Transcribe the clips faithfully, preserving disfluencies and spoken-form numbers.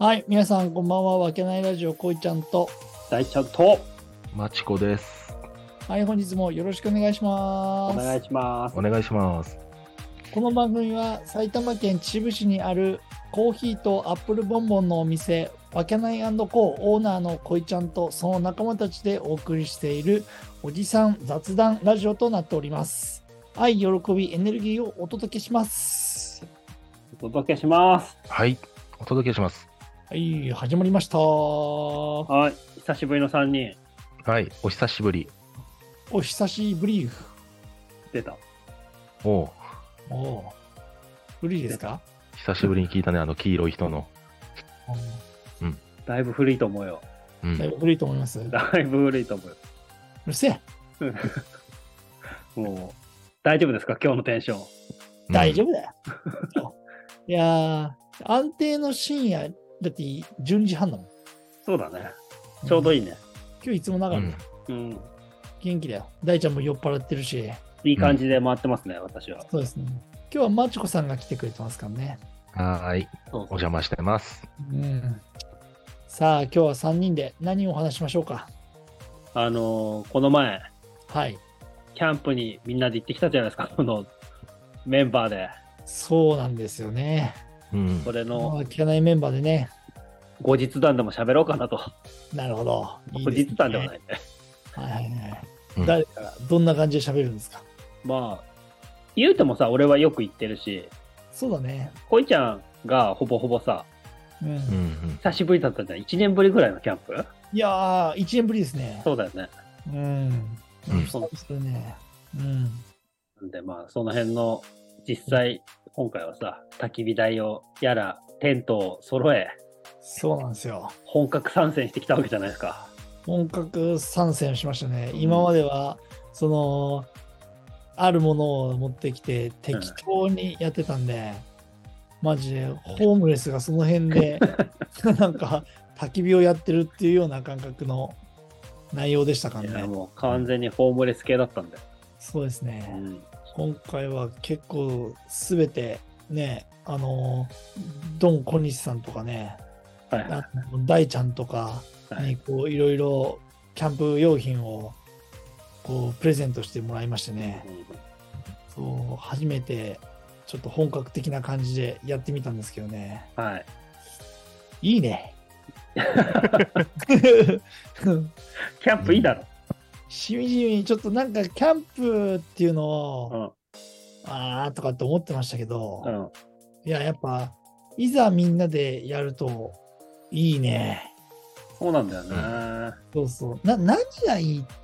はい、皆さんこんばんは。わけないラジオこいちゃんと。 大ちゃんとまちこです。 はい、本日もよろしくお願いします。 お願いします。 お願いします。 この番組は埼玉県秩父市にあるコーヒーとアップルボンボンのお店わけない&コーオーナーのこいちゃんとその仲間たちでお送りしているおじさん雑談ラジオとなっております。愛、喜び、エネルギーをお届けします。 お届けします。 はい、お届けします。 はい、始まりました。 はい、久しぶりのさんにん。 はい、お久しぶり。 お久しぶり。 出た。 おう、 おお、ぶりですか？ 久しぶりに聞いたね、あの黄色い人の。 だいぶ古いと思うよ。 うんだいぶ古いと思います。 だいぶ古いと思うよ。 うるせえ。 もう、大丈夫ですか今日のテンション。 大丈夫だよ。いやー、安定の深夜、だってじゅうにじはんだもん。 そうだね。ちょうどいいね。 今日いつもながら、 うんうん。 元気だよ。大ちゃんも酔っ払ってるし。 いい感じで回ってますね、私は。 そうですね。今日はまちこさんが来てくれてますからね。 はーい、 そうお邪魔してます。 うん。さあ、今日はさんにんで何をお話しましょうか。 あのー、この前、 はい。 キャンプにみんなで行ってきたじゃないですか、このメンバーで。 そうなんですよね。 うんそ、れまのあ、聞かないメンバーでね。 後日談でも喋ろうかなと。 なるほど。いい後ですね日談ではないね。 はいはいはい。 うん誰から、どんな感じで喋るんですか？ まあ、言うてもさ、俺はよく行ってるし、 そうだね。 こいちゃんがほぼほぼさ、 うん。 うんうん、 久しぶりだったじゃん。いちねんぶりぐらいのキャンプ。 いやー、いちねんぶりですね。 そうだよね。 うん。 うんそうですね。うん。 なんでまあ、その辺の、実際、今回はさ、焚き火台をやら、テントを揃え、 そうなんですよ。 本格参戦してきたわけじゃないですか。 本格参戦しましたね。今までは、その、あるものを持ってきて適当にやってたんで、マジでホームレスがその辺で、なんか焚き火をやってるっていうような感覚の内容でしたからいや、 ね。 もう完全にホームレス系だったんだよ。 そうですね。 うん。 今回は結構すべてね、あの、ドン小西さんとかね、 はい。 あの大ちゃんとかにこういろいろキャンプ用品をこうプレゼントしてもらいましてね、そう初めてちょっと本格的な感じでやってみたんですけどね、 はい。 いいね。 キャンプいいだろ。 しみじみちょっとなんかキャンプっていうのを、 うん。 あーとかって思ってましたけど、 うん。 いややっぱいざみんなでやるといいね。 そうなんだよね。 そうそう。な、何がいいって、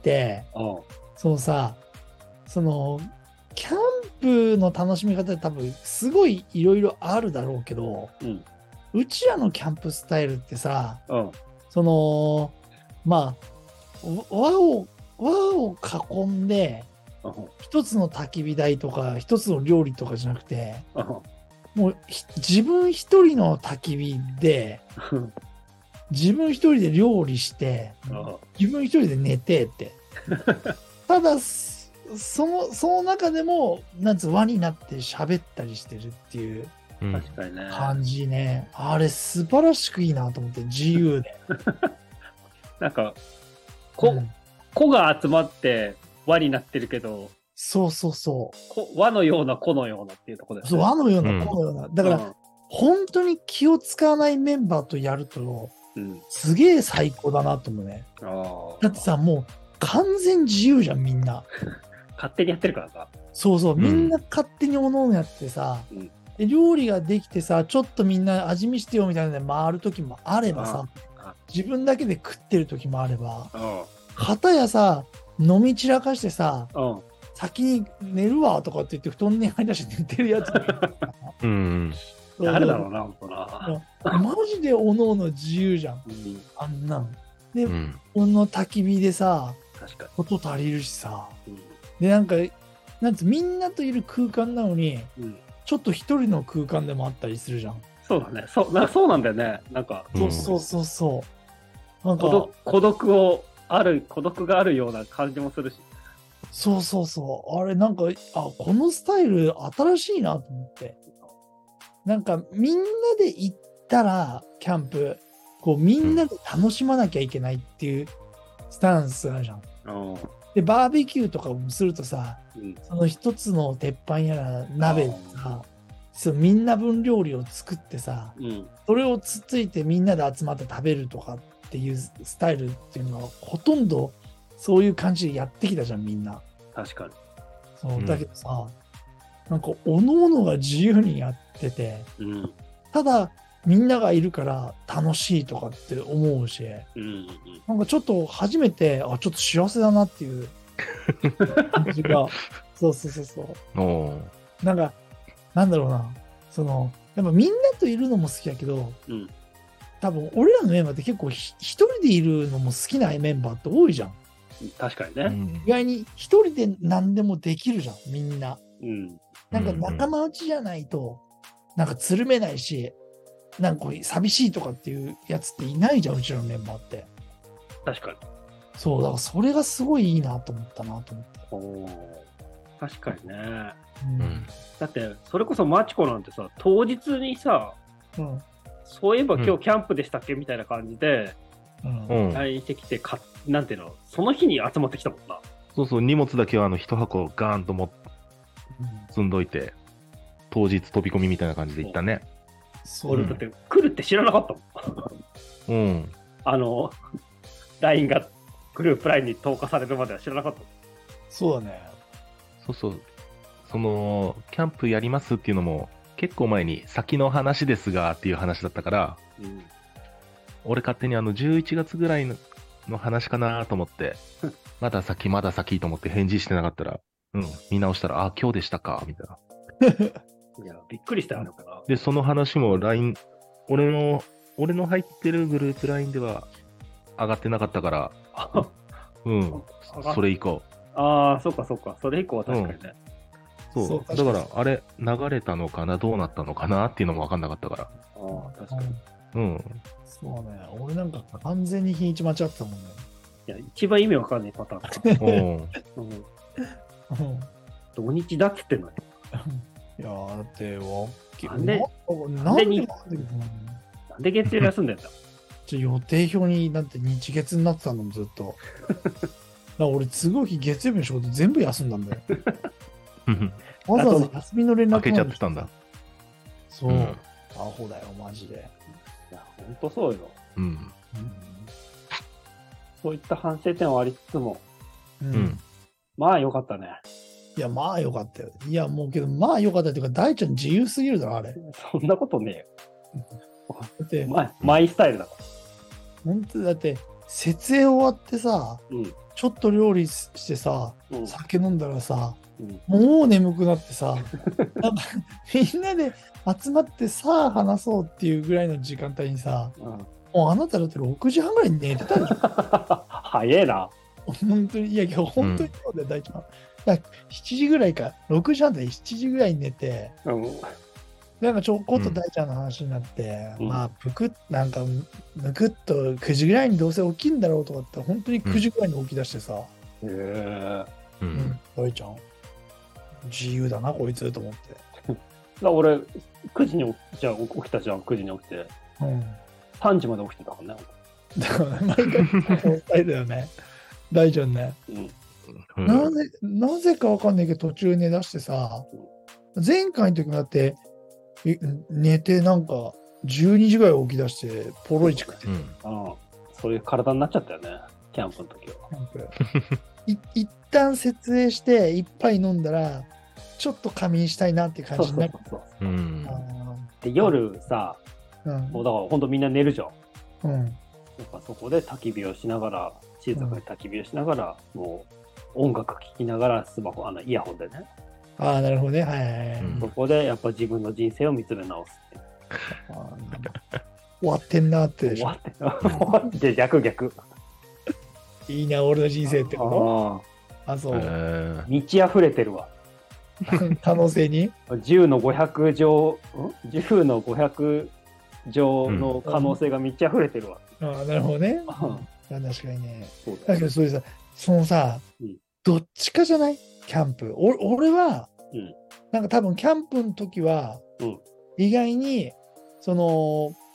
うん。 そのさ、その、キャンプの楽しみ方って多分すごいいろいろあるだろうけど、 うん。 うちらのキャンプスタイルってさ、 うん。 その、まあ、輪を、輪を囲んで、 うん。 一つの焚き火台とか、一つの料理とかじゃなくて、 うん。 もうひ自分一人の焚き火で、自分一人で料理して、自分一人で寝てって。ただ、その、その中でも、なんつう輪になって喋ったりしてるっていううん確かにね。 感じね。あれ素晴らしくいいなと思って、自由で。 なんか、こ、 うん子が集まって輪になってるけど、 そうそうそこ輪のような子のようなっていうところう。 ですそう、 ね。 輪のような、 うんこのような。だから、本当に気を使わないメンバーとやると、 うん。うん。 すげえ最高だなと思うね。 ああ。 だってさ、もう完全自由じゃん、みんな。 勝手にやってるからさ。 そうそう、 んみんな勝手におのおのやってさ、 うんで料理ができてさ、ちょっとみんな味見してよみたいなので回る時もあればさああ、 自分だけで食ってる時もあれば、 うん。 片やさ、飲み散らかしてさ、 うん。 先に寝るわとかって言って布団に入り出して寝てるやつもいるからうん誰だろうな、ほんとな。 マジでおのおの自由じゃん、 うん。 あんなん。で、 うんこの焚き火でさ、 確か音足りるしさ、 に。 で、なんか、なんつう、みんなといる空間なのに、 うん。うん。 ちょっと一人の空間でもあったりするじゃん。 そうだね。そう、なそうなんだよね。なんか、 うんそうそうそうそう。なんか孤、独、孤独を、ある、孤独があるような感じもするし。 そうそうそう。あれ、なんか、あ、このスタイル新しいなと思って。なんか、みんなで行ったら、キャンプ、こうみんなで楽しまなきゃいけないっていうスタンスあるじゃん。 うんで、バーベキューとかもするとさ、 うんその一つの鉄板やら鍋でさ、そうみんな分料理を作ってさ、 うんそれをつっついてみんなで集まって食べるとかっていうスタイルっていうのは、ほとんどそういう感じでやってきたじゃん、みんな。 確かに。 そううんだけどさ、なんか、おのおのが自由にやってて、 うんただ、みんながいるから楽しいとかって思うし、 うんうんなんかちょっと初めて、あ、ちょっと幸せだなっていう感じが、そうそうそうそう。 おーなんか、なんだろうな、その、やっぱみんなといるのも好きやけど、 うん多分俺らのメンバーって結構ひ一人でいるのも好きなメンバーって多いじゃん。 確かにね。 うん意外に一人で何でもできるじゃん、みんな。 うんなんか仲間内じゃないと、なんかつるめないし、なんかこう寂しいとかっていうやつっていないじゃん、うちらのメンバーって。 確かに。 そう、だからそれがすごいいいなと思ったなと思って。 おー確かにね。 うんうんだって、それこそマチコなんてさ、当日にさ、 うんそういえば今日キャンプでしたっけみたいな感じで、 うんうんライン してきてか、なんていうの、その日に集まってきたもんな。 そうそう、荷物だけはあの一箱ガーンとも積んどいて、当日飛び込みみたいな感じで行ったね。 そう俺、 うんだって来るって知らなかったもん。 うん。 あの、ライン がグループ ライン に投下されるまでは知らなかったもん。 そうだね。 そうそう。その、キャンプやりますっていうのも、結構前に先の話ですがっていう話だったから、 うん俺勝手にあのじゅういちがつぐらいのの話かなと思って、まだ先まだ先と思って返事してなかったら、うん、見直したら、あ、今日でしたか、みたいな。 いや、びっくりしたよ、あのから。 で、その話も ライン、俺の、俺の入ってるグループ ライン では上がってなかったから、うん、 上がっそれ以降。 ああ、そっかそっか。それ以降は確かにね。 そう、 そう確かにだから、あれ、流れたのかな、どうなったのかなっていうのも分かんなかったから。 ああ、確かに。いうん。 そうね。俺なんか完全に日にち間違ってたもんね。 や、一番意味わかんないパターンか。 おううんうん土日だっつってんのに。 いやーだってわけなんでななんでになんでなんでなんで月曜日休んでんだじゃ予定表になんて日月になってたのずっと。だから俺次の日月曜日の仕事全部休んだんだよ。わざわざ休みの連絡開けちゃってたんだ。 そう、 うんアホだよマジで。 いや、ほんとそうよ。 うん。 そういった反省点はありつつも、 うんうんまあよかったね。 いやまあよかったよ。いやもうけどまあよかったっていうか大ちゃん自由すぎるだろあれ。だそんなことねってえよ。マイマイスタイルだか本当だって設営終わってさら。うん。 ちょっと料理してさうん。 酒飲んだらさうんもう眠くなってさなんかみんなで集まってさあ話そうっていうぐらいの時間帯にさうん、 もうあなただってろくじはんぐらいに寝てたでしょ早えな。 本当にいや今日本当にそうだよ、大ちゃん。いやしちじぐらいかろくじはんでしちじぐらいに寝てうん。 なんかちょこっと大ちゃんの話になって、 うんまあぷくっなんかむくっとくじぐらいにどうせ起きんだろうとかって本当にくじぐらいに起き出してさ、 へえ。 う。 うんん、大ちゃん自由だなこいつと思って。 だ俺、くじに起きじゃあ起きたじゃん、くじに起きて。 うんさんじまで起きてたからね。 だから毎回交代だよね。大ちゃんね。 うん。 うんなぜ、なぜかわかんないけど途中寝出してさ、前回の時もだって、い寝てなんかじゅうにじぐらい起き出して、ポロイチ食ってうん。 ああ、そういう体になっちゃったよね。キャンプの時は。 なんかい一旦設営して一杯飲んだら、ちょっと仮眠したいなっていう感そうそうじになる。 そう。 うん。 あで、夜さ、 ーうんもうだから本当みんな寝るじゃん。 うんなんかそこで焚き火をしながら、静かに焚き火をしながら、もう音楽聴きながらスマホ、あのイヤホンでね、 ああ、なるほどね。はいはいはい。 うんそこでやっぱ自分の人生を見つめ直すっていう。 あー終わってんなってでしょ終わ。って、終わって逆逆。 いいな、俺の人生ってこあとあ、そう。 えーあ、満ち溢れてるわ。 可能性にじゅうのごひゃく乗、ん ?じゅう のごひゃく乗の可能性が満ち溢れてるわ。 ああ、なるほどね。 うんあ確かにね。 そうだよだけど、それさ、そのさ、 うんどっちかじゃないキャンプ。お俺は、 うんなんか多分キャンプの時は、 うん意外に、その、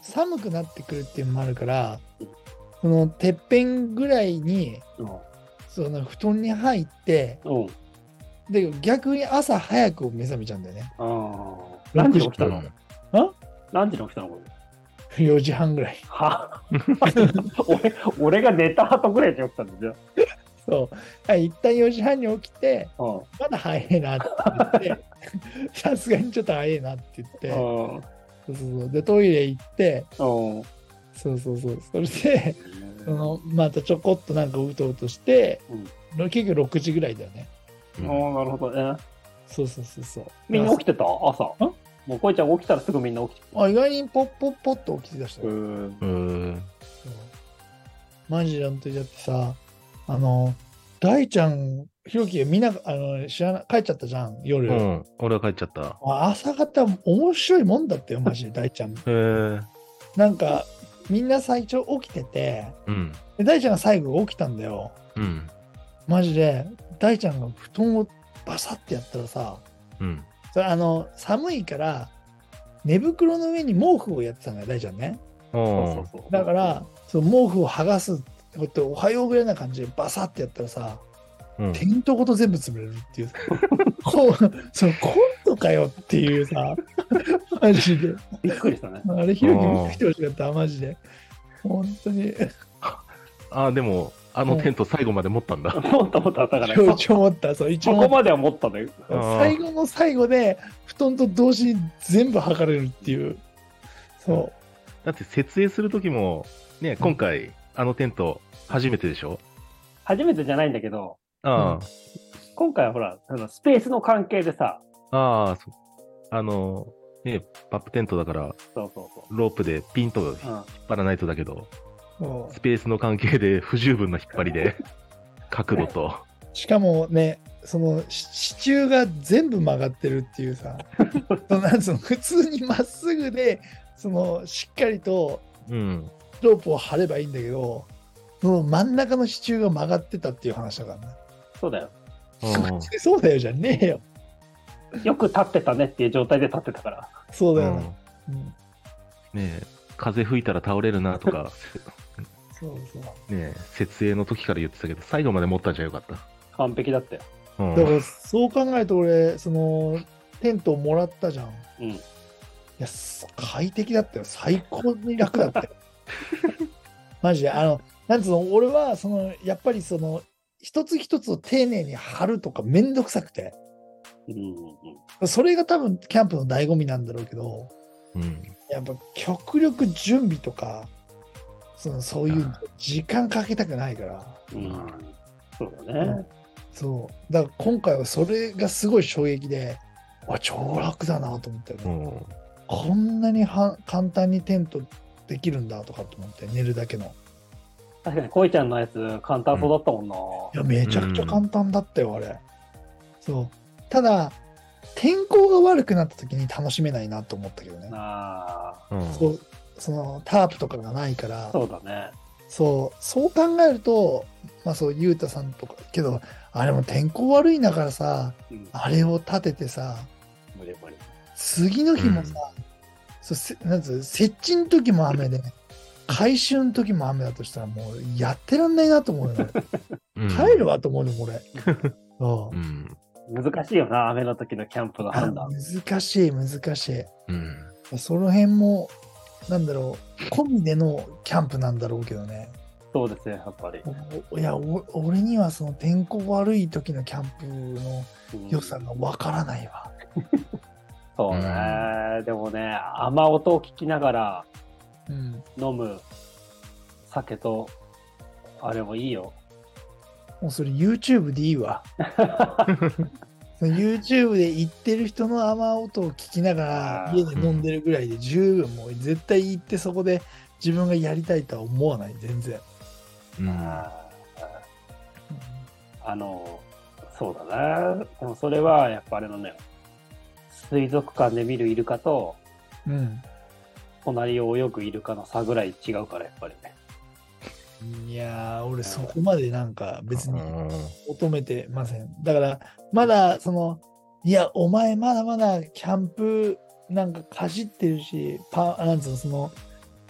寒くなってくるっていうのもあるから、そのてっぺんぐらいにうん。 その布団に入ってうん。 で逆に朝早く目覚めちゃうんだよね。 ああ。何時に起きたの？ あ何時に起きたのこれ？ よじはんぐらい。 は俺、俺が寝た後ぐらいに起きたんですよ。 そう一旦よじはんに起きてうん。 まだ早いなって言ってさすがにちょっと早いなって言ってそうそうそうでトイレ行ってうん。うん。 そうそうそうそれでそのまたちょこっとなんかうとうとして、うん、結局ろくじぐらいだよね。 ああ、なるほどね。 そうそうそうそう。 みんな起きてた朝。もうこいちゃん起きたらすぐみんな起きてた。 あ、意外にポッポッポッと起きてた人。 うん。 マジで本当にだってさ、あの、大ちゃん、ひろきがみんな、あの、知らな、帰っちゃったじゃん、夜。 うん、俺は帰っちゃった。 朝方面白いもんだったよ、マジで、大ちゃん。 へえ。 なんか、みんな最初起きてて、 うん、 で大ちゃんが最後起きたんだよ。 うん。 マジで、大ちゃんが布団をバサッてやったらさ、 うん。 それあの、寒いから、寝袋の上に毛布をやってたんだよ、大ちゃんね。 そうそうそうだから、その毛布を剥がす、こうやっておはようぐらいな感じでバサッてやったらさ、 うん、 テントごと全部潰れるっていう。こうそのコントかよっていうさ、マジで。 びっくりしたね。 あれ、ひろき見てほしかった、マジで。本当に。 あ、でも、あのテント最後まで持ったんだ。 持った持った、だから。 一応持った、そう、一応。 ここまでは持ったね。 最後の最後で、布団と同時に全部剥がれるっていう。そう。 だって設営するときも、ね、今回、あのテント、初めてでしょ？ 初めてじゃないんだけど、 ああ、 今回はほら、あのスペースの関係でさ、 ああ、あの、ね、パップテントだから、 そうそうそう。 ロープでピンと引っ張らないとだけど、 うん、 スペースの関係で不十分な引っ張りで、角度と。 しかもね、その支柱が全部曲がってるっていうさ、そのなんつうの普通にまっすぐで、そのしっかりとロープを張ればいいんだけど、その真ん中の支柱が曲がってたっていう話だからね。 そうだよ。 そうだよじゃねえよ。 よく立ってたねっていう状態で立ってたから。 そうだよね。うんうん、 ねえ、風吹いたら倒れるなとか、 そうそう。 ねえ、設営の時から言ってたけど、最後まで持ったんじゃよかった。 完璧だったよ。 うん、だからそう考えると俺、そのテントをもらったじゃん。 うん。いや、快適だったよ。最高に楽だったよ。マジで。あの、なんつうの、俺は、その、やっぱりその、一つ一つを丁寧に貼るとかめんどくさくて。 うんうんうん、それが多分、キャンプの醍醐味なんだろうけど、 うん、 やっぱ極力準備とか、そのそういう時間かけたくないから。 うん、そうだね、うん。 そう。だから今回はそれがすごい衝撃で、わ、超楽だなと思ったよね。うん、こんなには簡単にテントできるんだとかと思って、寝るだけの。 確かに、こいちゃんのやつ簡単そうだったもんな。 うん、いや、めちゃくちゃ簡単だったよ、あれ。そう。ただ、天候が悪くなった時に楽しめないなと思ったけどね。 ああ、そう、そのタープとかがないから。 そうだね。 そう、そう考えると、まあそう、ゆうたさんとか、けど、あれも天候悪いんだからさ、うん、あれを立ててさ、 無理無理。 次の日もさ、うん、そうせなんつう設置の時も雨で、回収の時も雨だとしたら、もうやってらんないなと思うよ。うん、帰るわと思うよ、俺。そう、 うん難しいよな、雨の時のキャンプの判断。 難しい、難しい。うん、その辺も、なんだろう、込みでのキャンプなんだろうけどね。 そうですね、やっぱり。 いや、俺にはその天候悪い時のキャンプの良さがわからないわ。 うん、そうね、うん、でもね、雨音を聞きながら飲む酒と、あれもいいよ。 もうそれ YouTube でいいわ。YouTube で行ってる人の雨音を聞きながら家で飲んでるぐらいで十分、もう絶対行ってそこで自分がやりたいとは思わない、全然。 うん、あ, あのそうだな。でもそれはやっぱあれのね、水族館で見るイルカと、うん、隣を泳ぐイルカの差ぐらい違うからやっぱりね。 いやー、俺そこまでなんか別に求めてません。だからまだその、いやお前まだまだキャンプなんかかじってるし、パなんつうの、その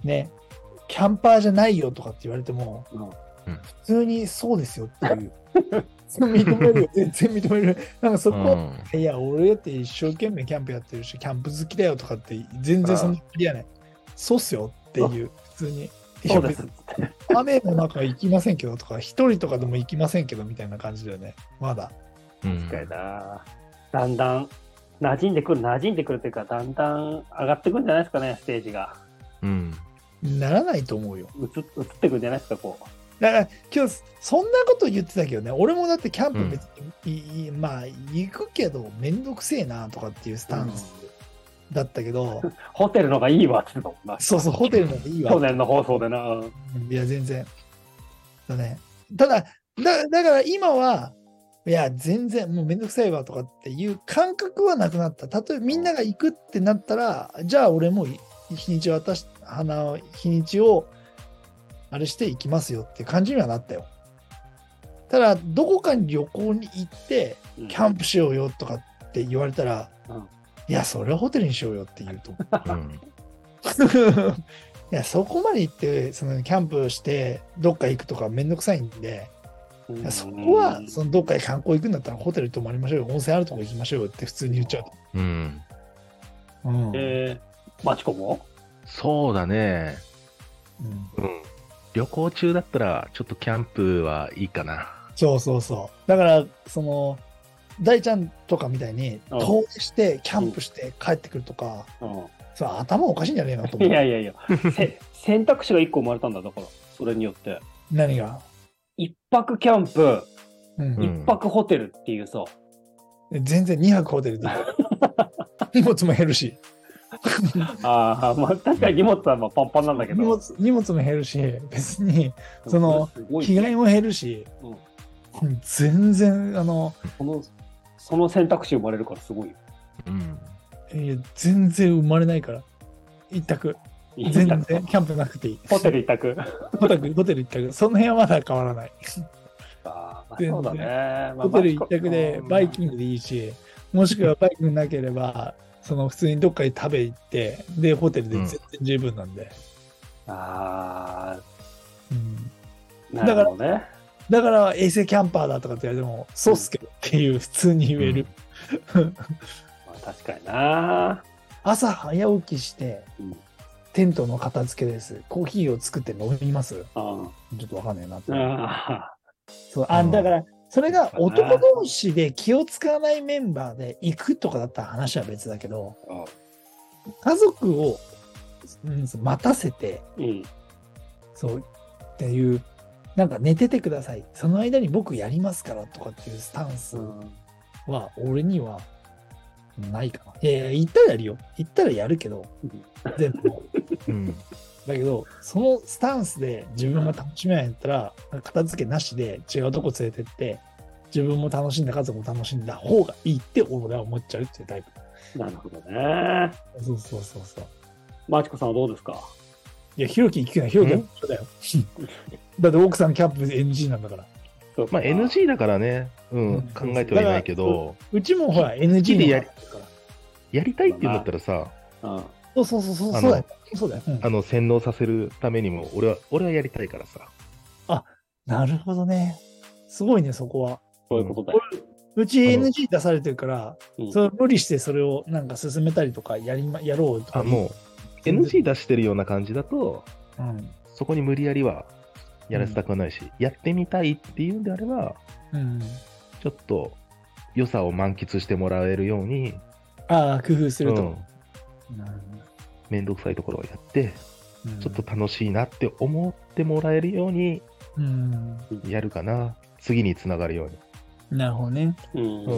ね、キャンパーじゃないよとかって言われても、 うん、 普通にそうですよっていう。認めるよ、全然認める。なんかそこ、うん、いや、俺だって一生懸命キャンプやってるし、キャンプ好きだよとかって、全然そんな気やない。そうっすよっていう、普通に。 そうです。 雨の中行きませんけどとか、一人とかでも行きませんけどみたいな感じだよね、まだ。 確かにな。だんだん馴染んでくる、馴染んでくるというか、だんだん上がってくるんじゃないですかね、ステージが。 うん。 ならないと思うよ。 移, 移ってくるんじゃないですか、こう。 だから今日そんなこと言ってたけどね、俺もだってキャンプ別に、うん、まあ行くけどめんどくせえなとかっていうスタンスだったけど、うん、 ホテルのがいいわって言ってたもんな。 そうそう、ホテルのがいいわ。 去年の放送でな。うん、 いや全然だね。ただだだから今はいや全然もうめんどくさいわとかっていう感覚はなくなった。例えばみんなが行くってなったら、じゃあ俺も日にち渡し花日にちをあれしていきますよって感じにはなったよ。ただどこかに旅行に行ってキャンプしようよとかって言われたら、うん、いやそれはホテルにしようよって言うと思う、うん、いやそこまで行ってそのキャンプしてどっか行くとかめんどくさいんで、うん、そこはそのどっかに観光行くんだったらホテル泊まりましょうよ、温泉あるとこ行きましょうよって普通に言っちゃうと、 うんうん、えー、マチコもそうだね、うん、うん、旅行中だったらちょっとキャンプはいいかな。 そうそうそう。だからその大ちゃんとかみたいに遠出してキャンプして帰ってくるとか、うんうん、それ頭おかしいんじゃねえのと思う。 いやいやいや選択肢がいっこ生まれたんだ。だからそれによって何が一泊キャンプ、うん、一泊ホテルっていうさ、 全然にはくホテルで荷物も減るしああ、まあ確かに荷物はまあパンパンなんだけど。 荷物、荷物も減るし、別に、その、着替えも減るし、うん、全然、あの、 その、その選択肢生まれるからすごいよ。 うん。いや、全然生まれないから。一択。全然、キャンプなくていい。 ホテル一択。 ホテル、ホテル一択。その辺はまだ変わらない。 ああ、そうだね。 ホテル一択でバイキングでいいし、もしくはバイキングなければ、その普通にどっかに食べ行って、で、ホテルで全然十分なんで。 うん、ああ、 うん。 なるほどね。 だから、だから衛星キャンパーだとかって言われても、そうっすけどっていう普通に言える。 うん、まあ、確かにな。 朝早起きして、うん、テントの片付けです。コーヒーを作って飲みます。ああ、ちょっとわかんないなって。あそうあ、だから、それが男同士で気を使わないメンバーで行くとかだったら話は別だけど、家族を、うん、待たせて、うん、そうっていう、なんか寝ててください。その間に僕やりますからとかっていうスタンスは俺にはないかな。いやいや、行ったらやるよ。行ったらやるけど、全部。うん、だけど、そのスタンスで自分が楽しめないんだったら、片付けなしで違うとこ連れてって、自分も楽しんだ、家族も楽しんだ方がいいって俺は思っちゃうっていうタイプ。 なるほどね。 そうそうそうそう。 マチコさんはどうですか？ いや、ひろき行くな、ひろきは一緒だよ。だって奥さんキャンプ エヌジー なんだから。 まあ エヌジー だからね、うん、うん、考えてはいないけど。 うちもほら エヌジーでやり、やりたいって言うんだったらさ、 うん、そうそうそうそう、そうだよ。そうだよ。うん、 あの、洗脳させるためにも、俺は、俺はやりたいからさ。 あ、なるほどね。すごいね、そこは。 そういうことだよ。 うち エヌジー 出されてるから、うん、それ無理してそれをなんか進めたりとかやり、ま、やろうとか。 あ、もう、エヌジー 出してるような感じだと、うん、そこに無理やりはやらせたくはないし、うん、やってみたいっていうんであれば、うん、ちょっと良さを満喫してもらえるように、 ああ、工夫すると。うん、 めんどくさいところをやって、うん、ちょっと楽しいなって思ってもらえるようにやるかな、うん、次につながるように。 なるほどね。 うん。うん、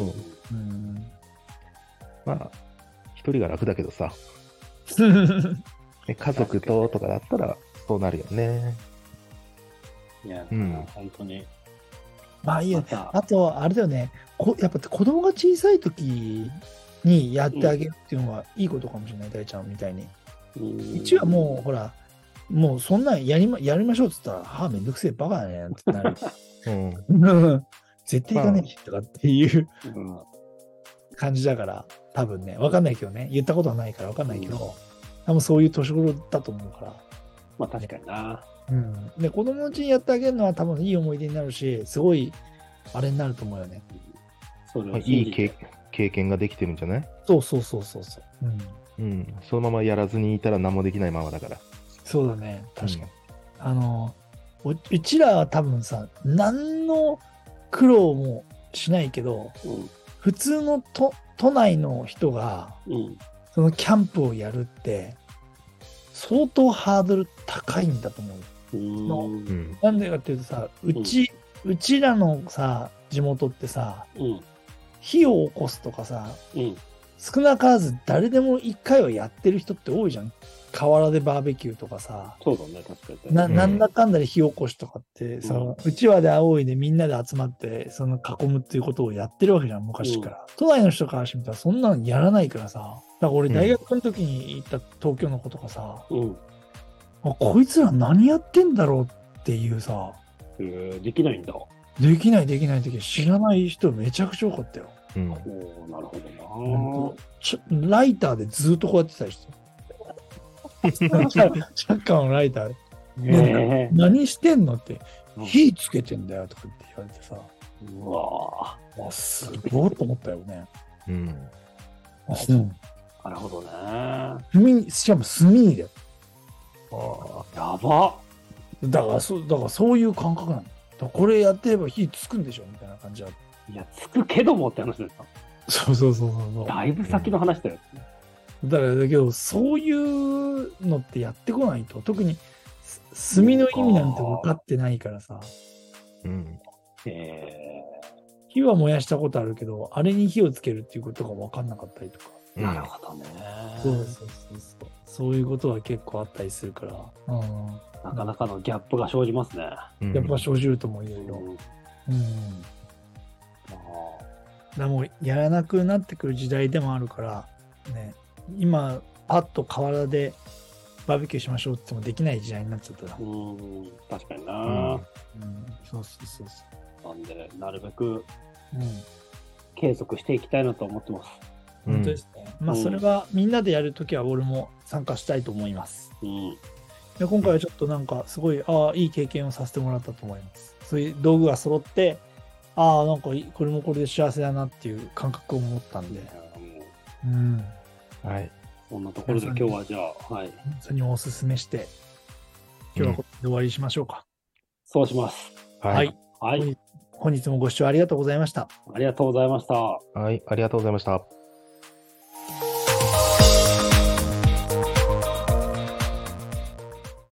まあ一人が楽だけどさ家族ととかだったらそうなるよね。 いや、うん、本当に。 まあいいや、あとあれだよね、こやっぱ子供が小さい時にやってあげるっていうのはいいことかもしれない、大、うん、ちゃんみたいに。うちはもうほら、もうそんなんやりま、やりましょうって言ったら、はあ、めんどくせえバカだねってなる。うん、絶対行かねえとかっていう感じだから、多分ね、わかんないけどね、言ったことはないからわかんないけど、うん、多分そういう年頃だと思うから。 まあ確かにな。 うん。で、子供のうちにやってあげるのは多分いい思い出になるし、すごい、あれになると思うよね。 それをいい経経験ができてるんじゃない？ そうそうそうそうそう。 うん。うん。そのままやらずにいたら何もできないままだから。 そうだね。確かに。うん、あの、うちらは多分さ、何の苦労もしないけど、うん、普通の都都内の人が、うん、そのキャンプをやるって、相当ハードル高いんだと思う。のうん、なんでかっていうとさ、うち、うん、うちらのさ、地元ってさ、うん、火を起こすとかさ、うん、少なからず誰でも一回はやってる人って多いじゃん。河原でバーベキューとかさ。 そうだね、確かに。 な、なんだかんだで火起こしとかって、その、うちわで青いでみんなで集まって、その囲むっていうことをやってるわけじゃん、昔から。うん、都内の人からしてみたらそんなのやらないからさ。だから俺大学の時に行った東京の子とかさ、うん、あ、こいつら何やってんだろうっていうさ。 えー、できないんだ。 できないできないできない。知らない人めちゃくちゃ多かったよ。 うん、おー、なるほどな。 ちょライターでずっとこうやってたりして。シャッカーのライターで、ね、何してんのって、うん、火つけてんだよとかって言われてさ、うわぁ、すごいと思ったよね。うん。うん、 なるほどね。 炭、しかも炭にだよ。 ああ、やば。 だからそ、だからそういう感覚なの。これやってれば火つくんでしょみたいな感じだ。 いや、つくけどもって話ですか。 そうそうそうそう。 だいぶ先の話だよ。 だからだけどそういうのってやってこないと、特に炭の意味なんて分かってないからさ、うん、えー、火は燃やしたことあるけどあれに火をつけるっていうことが分かんなかったりとか、 うん、なるほどね。 そうそうそうそう、そういうことは結構あったりするから、うん、 なかなかのギャップが生じますね。 ギャップが生じるともいろいろ、うん、うん、だもうやらなくなってくる時代でもあるからね。今パッと河原でバーベキューしましょうって言ってもできない時代になっちゃったら。 うん、確かにな、うんうん、そうそうそうそう。なんでなるべく、うん、継続していきたいなと思ってます。 うん、本当ですね。まあそれはみんなでやるときは俺も参加したいと思います。うん、で今回はちょっとなんかすごいああいい経験をさせてもらったと思います。そういう道具が揃ってああなんかこれもこれで幸せだなっていう感覚を持ったんで。うん。 はい。そんなところで今日はじゃあ、はい。 それにおすすめして、今日はこれで終わりにしましょうか。 うん、そうします。 はい。はい。本日もご視聴ありがとうございました。 ありがとうございました。 はい。ありがとうございました。